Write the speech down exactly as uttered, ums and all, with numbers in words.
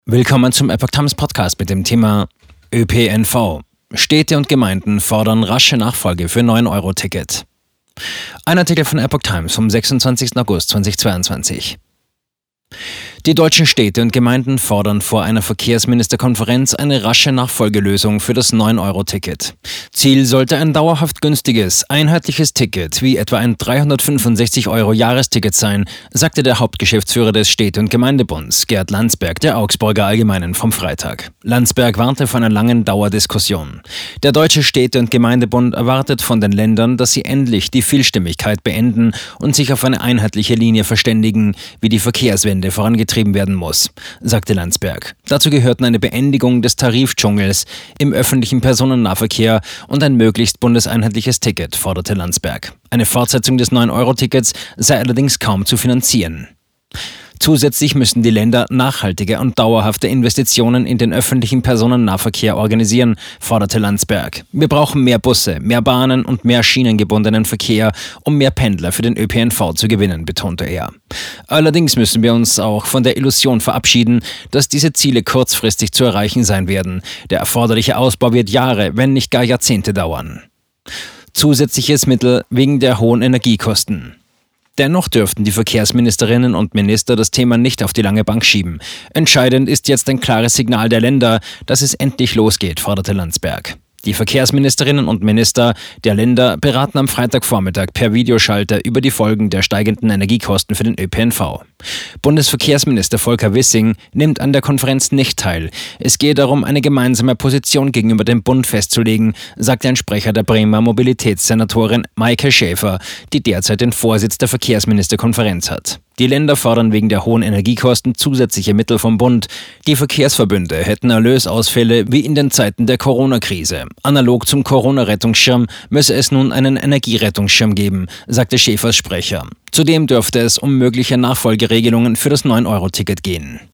Willkommen zum Epoch Times Podcast mit dem Thema Ö P N V. Städte und Gemeinden fordern rasche Nachfolge für neun Euro Ticket. Ein Artikel von Epoch Times vom sechsundzwanzigsten August zweitausendzweiundzwanzig. Die deutschen Städte und Gemeinden fordern vor einer Verkehrsministerkonferenz eine rasche Nachfolgelösung für das neun Euro Ticket. Ziel sollte ein dauerhaft günstiges, einheitliches Ticket wie etwa ein dreihundertfünfundsechzig Euro Jahresticket sein, sagte der Hauptgeschäftsführer des Städte- und Gemeindebunds, Gerd Landsberg, der Augsburger Allgemeinen vom Freitag. Landsberg warnte vor einer langen Dauerdiskussion. Der Deutsche Städte- und Gemeindebund erwartet von den Ländern, dass sie endlich die Vielstimmigkeit beenden und sich auf eine einheitliche Linie verständigen, wie die Verkehrswende vorangetrieben werden muss, sagte Landsberg. Dazu gehörten eine Beendigung des Tarifdschungels im öffentlichen Personennahverkehr und ein möglichst bundeseinheitliches Ticket, forderte Landsberg. Eine Fortsetzung des neun Euro Tickets sei allerdings kaum zu finanzieren. Zusätzlich müssen die Länder nachhaltige und dauerhafte Investitionen in den öffentlichen Personennahverkehr organisieren, forderte Landsberg. Wir brauchen mehr Busse, mehr Bahnen und mehr schienengebundenen Verkehr, um mehr Pendler für den Ö P N V zu gewinnen, betonte er. Allerdings müssen wir uns auch von der Illusion verabschieden, dass diese Ziele kurzfristig zu erreichen sein werden. Der erforderliche Ausbau wird Jahre, wenn nicht gar Jahrzehnte dauern. Zusätzliches Mittel wegen der hohen Energiekosten. Dennoch dürften die Verkehrsministerinnen und Minister das Thema nicht auf die lange Bank schieben. Entscheidend ist jetzt ein klares Signal der Länder, dass es endlich losgeht, forderte Landsberg. Die Verkehrsministerinnen und Minister der Länder beraten am Freitagvormittag per Videoschalter über die Folgen der steigenden Energiekosten für den Ö P N V. Bundesverkehrsminister Volker Wissing nimmt an der Konferenz nicht teil. Es gehe darum, eine gemeinsame Position gegenüber dem Bund festzulegen, sagte ein Sprecher der Bremer Mobilitätssenatorin Maike Schäfer, die derzeit den Vorsitz der Verkehrsministerkonferenz hat. Die Länder fordern wegen der hohen Energiekosten zusätzliche Mittel vom Bund. Die Verkehrsverbünde hätten Erlösausfälle wie in den Zeiten der Corona-Krise. Analog zum Corona-Rettungsschirm müsse es nun einen Energierettungsschirm geben, sagte Schäfers Sprecher. Zudem dürfte es um mögliche Nachfolgeregelungen für das neun Euro Ticket gehen.